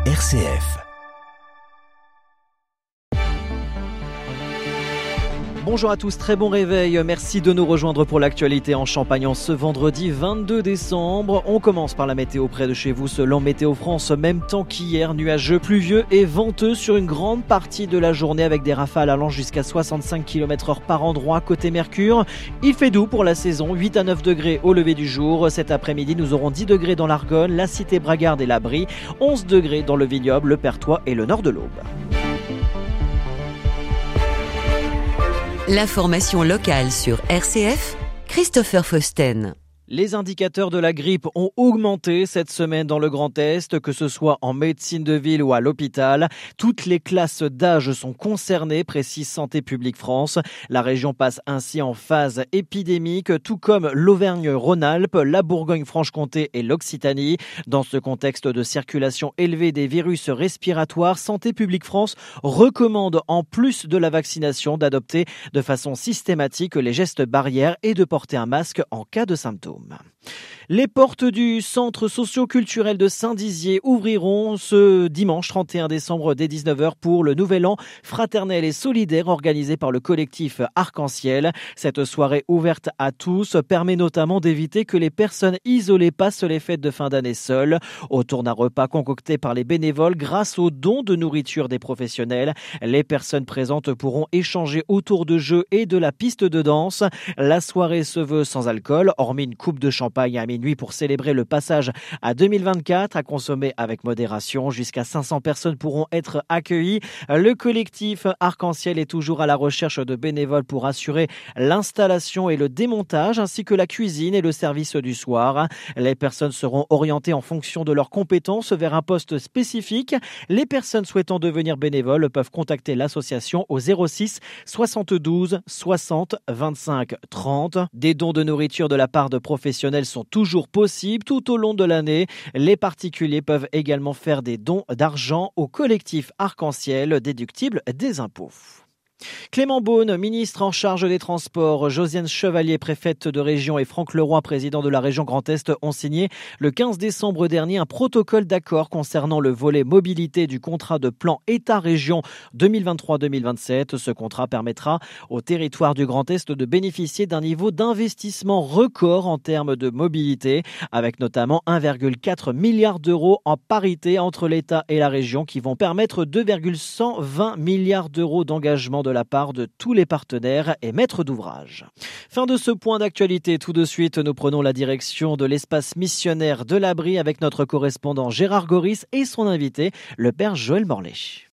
RCF. Bonjour à tous, très bon réveil. Merci de nous rejoindre pour l'actualité en Champagne en ce vendredi 22 décembre. On commence par la météo près de chez vous. Selon Météo France, même temps qu'hier, nuageux, pluvieux et venteux sur une grande partie de la journée avec des rafales allant jusqu'à 65 km/h par endroit côté Mercure. Il fait doux pour la saison, 8 à 9 degrés au lever du jour. Cet après-midi, nous aurons 10 degrés dans l'Argonne, la Cité Bragarde et la Brie, 11 degrés dans le Vignoble, le Perthois et le nord de l'Aube. L'information locale sur RCF, Christopher Fausten. Les indicateurs de la grippe ont augmenté cette semaine dans le Grand Est, que ce soit en médecine de ville ou à l'hôpital. Toutes les classes d'âge sont concernées, précise Santé publique France. La région passe ainsi en phase épidémique, tout comme l'Auvergne-Rhône-Alpes, la Bourgogne-Franche-Comté et l'Occitanie. Dans ce contexte de circulation élevée des virus respiratoires, Santé publique France recommande, en plus de la vaccination, d'adopter de façon systématique les gestes barrières et de porter un masque en cas de symptômes. Les portes du centre socio-culturel de Saint-Dizier ouvriront ce dimanche 31 décembre dès 19h pour le Nouvel An fraternel et solidaire organisé par le collectif Arc-en-Ciel. Cette soirée ouverte à tous permet notamment d'éviter que les personnes isolées passent les fêtes de fin d'année seules. Autour d'un repas concocté par les bénévoles grâce aux dons de nourriture des professionnels, les personnes présentes pourront échanger autour de jeux et de la piste de danse. La soirée se veut sans alcool, hormis une coupe de champagne à minuit pour célébrer le passage à 2024, à consommer avec modération. Jusqu'à 500 personnes pourront être accueillies. Le collectif Arc-en-Ciel est toujours à la recherche de bénévoles pour assurer l'installation et le démontage, ainsi que la cuisine et le service du soir. Les personnes seront orientées en fonction de leurs compétences vers un poste spécifique. Les personnes souhaitant devenir bénévoles peuvent contacter l'association au 06 72 60 25 30. Des dons de nourriture de la part de professionnels sont toujours possibles tout au long de l'année. Les particuliers peuvent également faire des dons d'argent au collectif Arc-en-Ciel déductibles des impôts. Clément Beaune, ministre en charge des Transports, Josiane Chevalier, préfète de région et Franck Leroy, président de la région Grand Est, ont signé le 15 décembre dernier un protocole d'accord concernant le volet mobilité du contrat de plan État-région 2023-2027. Ce contrat permettra au territoire du Grand Est de bénéficier d'un niveau d'investissement record en termes de mobilité, avec notamment 1,4 milliard d'euros en parité entre l'État et la région qui vont permettre 2,120 milliards d'euros d'engagement de la part de tous les partenaires et maîtres d'ouvrage. Fin de ce point d'actualité. Tout de suite, nous prenons la direction de l'espace missionnaire de la Brie avec notre correspondant Gérard Goris et son invité, le père Joël Morlet.